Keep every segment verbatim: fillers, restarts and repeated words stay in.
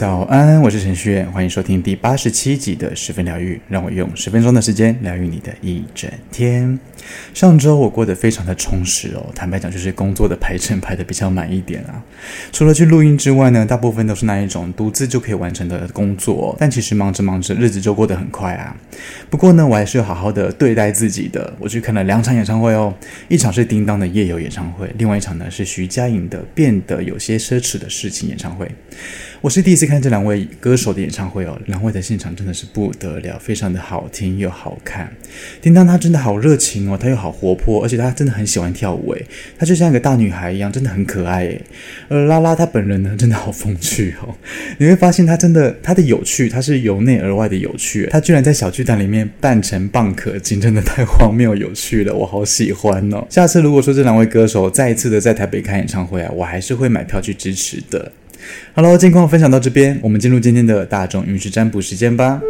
早安，我是陈旭，欢迎收听第八十七集的十分疗愈，让我用十分钟的时间疗愈你的一整天。上周我过得非常的充实哦，坦白讲就是工作的排程排得比较满一点啊。除了去录音之外呢，大部分都是那一种独自就可以完成的工作哦，但其实忙着忙着日子就过得很快啊。不过呢，我还是有好好的对待自己的，我去看了两场演唱会哦，一场是叮当的夜游演唱会，另外一场呢是徐佳莹的变得有些奢侈的事情演唱会。我是第一次看这两位歌手的演唱会哦，两位的现场真的是不得了，非常的好听又好看。叮当她真的好热情哦，她又好活泼，而且她真的很喜欢跳舞诶，她就像一个大女孩一样，真的很可爱诶。而拉拉她本人呢，真的好风趣哦，你会发现她真的她的有趣，她是由内而外的有趣，她居然在小巨蛋里面扮成蚌壳精，真的太荒谬有趣了，我好喜欢哦。下次如果说这两位歌手再一次的在台北开演唱会啊，我还是会买票去支持的。Hello， 近况分享到这边，我们进入今天的大众运势占卜时间吧。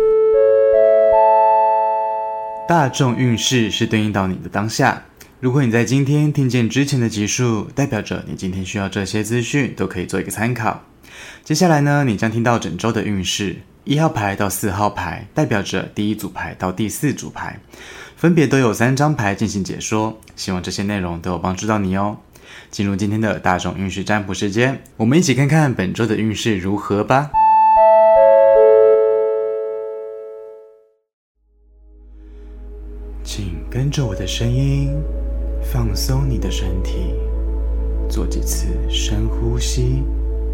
大众运势是对应到你的当下，如果你在今天听见之前的集数，代表着你今天需要这些资讯都可以做一个参考。接下来呢，你将听到整周的运势，一号牌到四号牌代表着第一组牌到第四组牌，分别都有三张牌进行解说，希望这些内容都有帮助到你哦。进入今天的大众运势占卜时间，我们一起看看本周的运势如何吧。请跟着我的声音，放松你的身体，做几次深呼吸，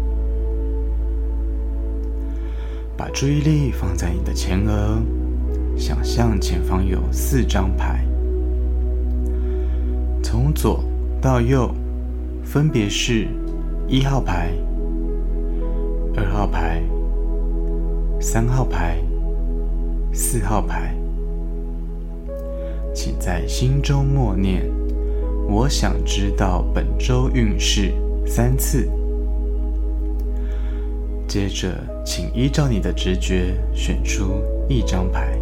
把注意力放在你的前额，想象前方有四张牌，从左到右分别是一号牌、二号牌、三号牌、四号牌。请在心中默念我想知道本周运势三次，接着请依照你的直觉选出一张牌。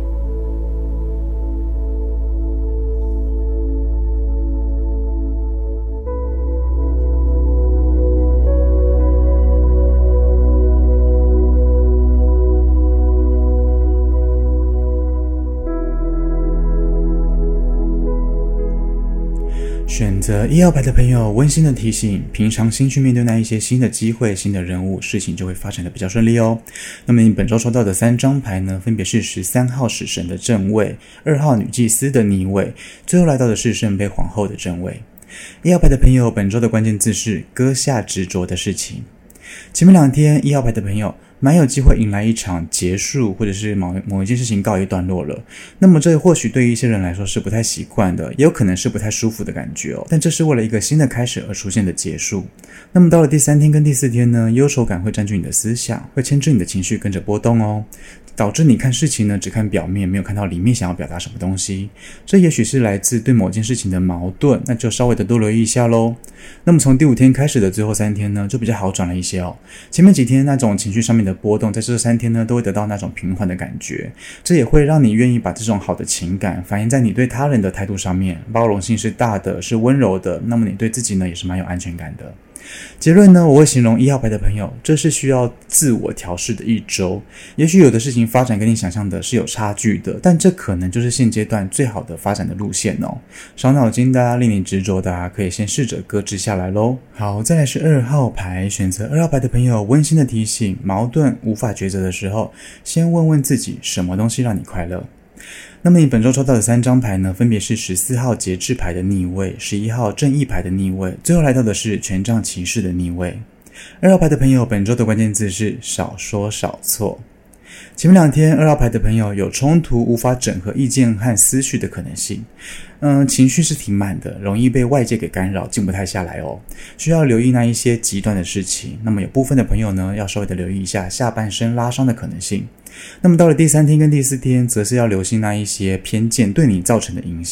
选择一号牌的朋友，温馨的提醒，平常心去面对那一些新的机会、新的任务，事情就会发展的比较顺利哦。那么你本周抽到的三张牌呢，分别是十三号死神的正位，二号女祭司的逆位，最后来到的是圣杯皇后的正位。一号牌的朋友，本周的关键字是割下执着的事情。前面两天一号牌的朋友蛮有机会迎来一场结束，或者是某某一件事情告一段落了。那么这或许对于一些人来说是不太习惯的，也有可能是不太舒服的感觉哦。但这是为了一个新的开始而出现的结束。那么到了第三天跟第四天呢，忧愁感会占据你的思想，会牵制你的情绪跟着波动哦，导致你看事情呢只看表面，没有看到里面想要表达什么东西。这也许是来自对某件事情的矛盾，那就稍微的多留意一下咯。那么从第五天开始的最后三天呢，就比较好转了一些哦。前面几天那种情绪上面的波动，在这三天呢都会得到那种平缓的感觉，这也会让你愿意把这种好的情感反映在你对他人的态度上面，包容性是大的，是温柔的，那么你对自己呢也是蛮有安全感的。结论呢，我会形容一号牌的朋友，这是需要自我调试的一周。也许有的事情发展跟你想象的是有差距的，但这可能就是现阶段最好的发展的路线哦。伤脑筋的啊，令你执着的啊，可以先试着搁置下来咯。好，再来是二号牌，选择二号牌的朋友，温馨的提醒，矛盾无法抉择的时候，先问问自己什么东西让你快乐。那么你本周抽到的三张牌呢，分别是十四号节制牌的逆位，十一号正义牌的逆位，最后来到的是权杖骑士的逆位。二号牌的朋友，本周的关键字是少说少错。前面两天二号牌的朋友有冲突无法整合意见和思绪的可能性，嗯，情绪是挺满的，容易被外界给干扰，静不太下来哦，需要留意那一些极端的事情。那么有部分的朋友呢，要稍微的留意一下下半身拉伤的可能性。那么到了第三天跟第四天，则是要留心那一些偏见对你造成的影响。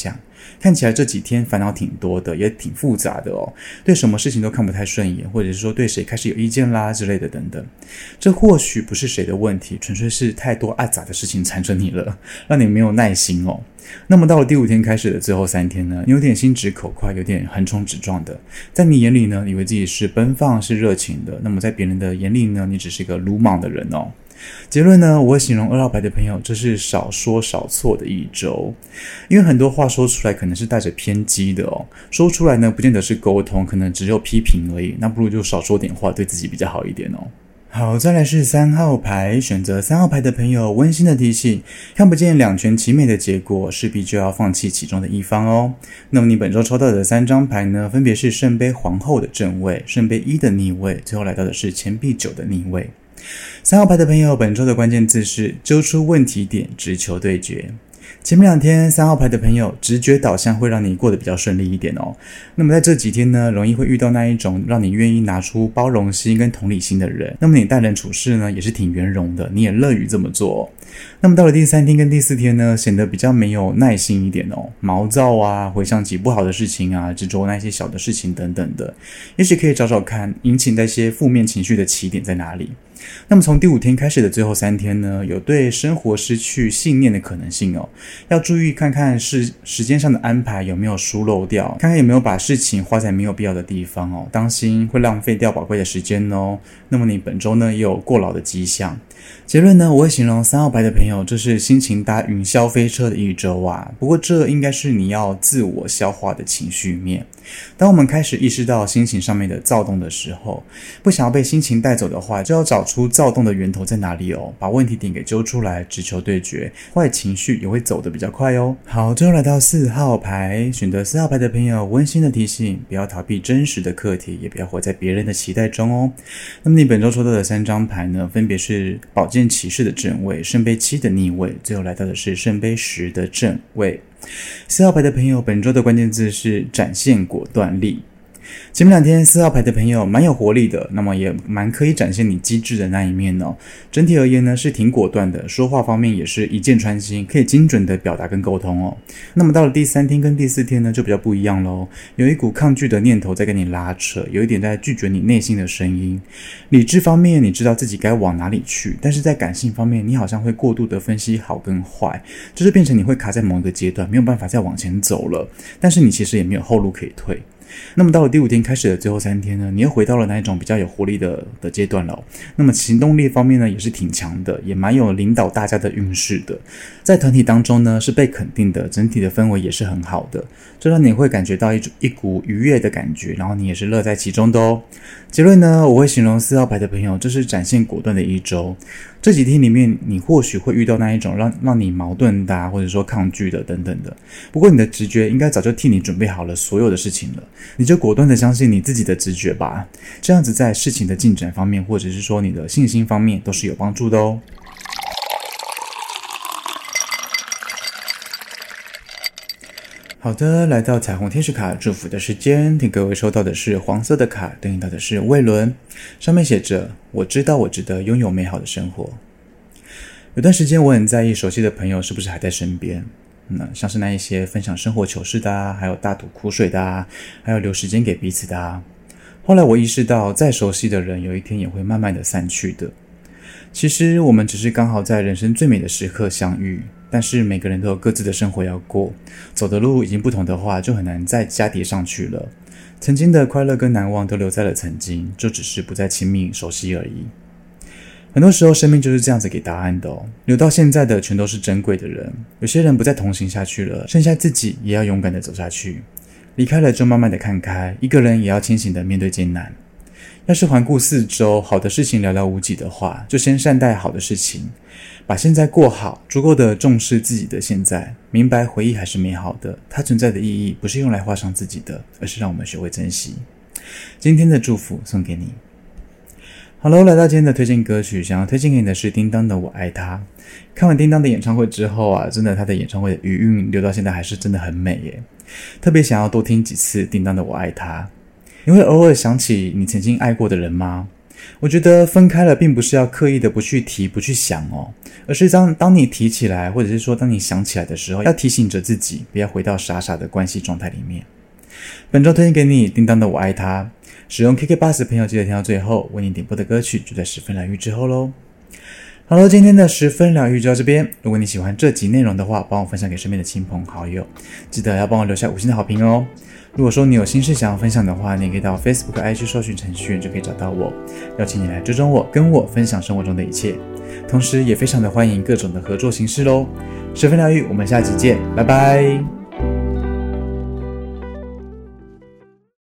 看起来这几天烦恼挺多的，也挺复杂的哦，对什么事情都看不太顺眼，或者是说对谁开始有意见啦之类的等等。这或许不是谁的问题，纯粹是太多阿杂的事情缠着你了，让你没有耐心哦。那么到了第五天开始的最后三天呢，你有点心直口快，有点横冲直撞的，在你眼里呢，以为自己是奔放是热情的，那么在别人的眼里呢，你只是一个鲁莽的人哦。结论呢，我会形容二号牌的朋友，这是少说少错的一周，因为很多话说出来可能是带着偏激的哦，说出来呢不见得是沟通，可能只有批评而已，那不如就少说点话，对自己比较好一点哦。好，再来是三号牌，选择三号牌的朋友，温馨的提醒，看不见两全其美的结果，势必就要放弃其中的一方哦。那么你本周抽到的三张牌呢，分别是圣杯皇后的正位、圣杯一的逆位，最后来到的是钱币九的逆位。三号牌的朋友，本周的关键字是揪出问题点，直球对决。前面两天三号牌的朋友，直觉导向会让你过得比较顺利一点哦。那么在这几天呢，容易会遇到那一种让你愿意拿出包容心跟同理心的人，那么你待人处事呢也是挺圆融的，你也乐于这么做哦。那么到了第三天跟第四天呢，显得比较没有耐心一点哦，毛躁啊，回想起不好的事情啊，执着那些小的事情等等的，也许可以找找看引起那些负面情绪的起点在哪里。那么从第五天开始的最后三天呢，有对生活失去信念的可能性哦，要注意看看是时间上的安排有没有疏漏掉，看看有没有把事情花在没有必要的地方哦，当心会浪费掉宝贵的时间哦。那么你本周呢也有过劳的迹象。结论呢，我会形容三号牌的朋友，这是心情搭云霄飞车的一周啊。不过这应该是你要自我消化的情绪面。当我们开始意识到心情上面的躁动的时候，不想要被心情带走的话，就要找出躁动的源头在哪里哦，把问题点给揪出来，直球对决，坏情绪也会走得比较快哦。好，最后来到四号牌，选择四号牌的朋友，温馨的提醒，不要逃避真实的课题，也不要活在别人的期待中哦。那么你本周抽到的三张牌呢，分别是宝剑骑士的正位、圣杯七的逆位，最后来到的是圣杯十的正位。四号牌的朋友，本周的关键字是展现果断力。前面两天四号牌的朋友蛮有活力的，那么也蛮可以展现你机智的那一面哦。整体而言呢，是挺果断的，说话方面也是一箭穿心，可以精准的表达跟沟通哦。那么到了第三天跟第四天呢，就比较不一样咯，有一股抗拒的念头在跟你拉扯，有一点在拒绝你内心的声音。理智方面你知道自己该往哪里去，但是在感性方面你好像会过度的分析好跟坏，就是变成你会卡在某一个阶段，没有办法再往前走了，但是你其实也没有后路可以退。那么到了第五天开始的最后三天呢，你又回到了那一种比较有活力的的阶段了哦。那么行动力方面呢，也是挺强的，也蛮有领导大家的运势的。在团体当中呢，是被肯定的，整体的氛围也是很好的，这让你会感觉到一一股愉悦的感觉，然后你也是乐在其中的哦。结论呢，我会形容四号牌的朋友，这是展现果断的一周。这几天里面，你或许会遇到那一种让让你矛盾的啊，或者说抗拒的等等的。不过你的直觉应该早就替你准备好了所有的事情了，你就果断的相信你自己的直觉吧。这样子在事情的进展方面，或者是说你的信心方面，都是有帮助的哦。好的，来到彩虹天使卡祝福的时间，听各位收到的是黄色的卡，对应到的是卫伦，上面写着我知道我值得拥有美好的生活。有段时间我很在意熟悉的朋友是不是还在身边，那像是那一些分享生活糗事的啊，还有大吐苦水的啊，还有留时间给彼此的啊。后来我意识到再熟悉的人有一天也会慢慢的散去的。其实我们只是刚好在人生最美的时刻相遇，但是每个人都有各自的生活要过，走的路已经不同的话，就很难再加叠上去了。曾经的快乐跟难忘都留在了曾经，就只是不再亲密熟悉而已。很多时候生命就是这样子给答案的哦，留到现在的全都是珍贵的人，有些人不再同行下去了，剩下自己也要勇敢的走下去。离开了就慢慢的看开，一个人也要清醒的面对艰难。要是环顾四周，好的事情寥寥无几的话，就先善待好的事情，把现在过好，足够的重视自己的现在，明白回忆还是美好的，它存在的意义不是用来画上自己的，而是让我们学会珍惜。今天的祝福送给你。好了，来到今天的推荐歌曲，想要推荐给你的是叮当的我爱他。看完叮当的演唱会之后啊，真的他的演唱会的余韵留到现在还是真的很美耶，特别想要多听几次叮当的我爱他。你会偶尔想起你曾经爱过的人吗？ 我觉得分开了并不是要刻意的不去提不去想哦，而是当当你提起来，或者是说当你想起来的时候，要提醒着自己不要回到傻傻的关系状态里面。本周推荐给你叮当的我爱他，使用 K K 八十 朋友记得听到最后，为你点播的歌曲就在十分疗愈之后咯。好了，今天的十分疗愈就到这边。如果你喜欢这集内容的话，帮我分享给身边的亲朋好友，记得要帮我留下五星的好评哦。如果说你有心事想要分享的话，你也可以到 Facebook、I G 搜寻程序员就可以找到我，邀请你来追踪我，跟我分享生活中的一切。同时也非常的欢迎各种的合作形式咯。十分疗愈，我们下集见，拜拜。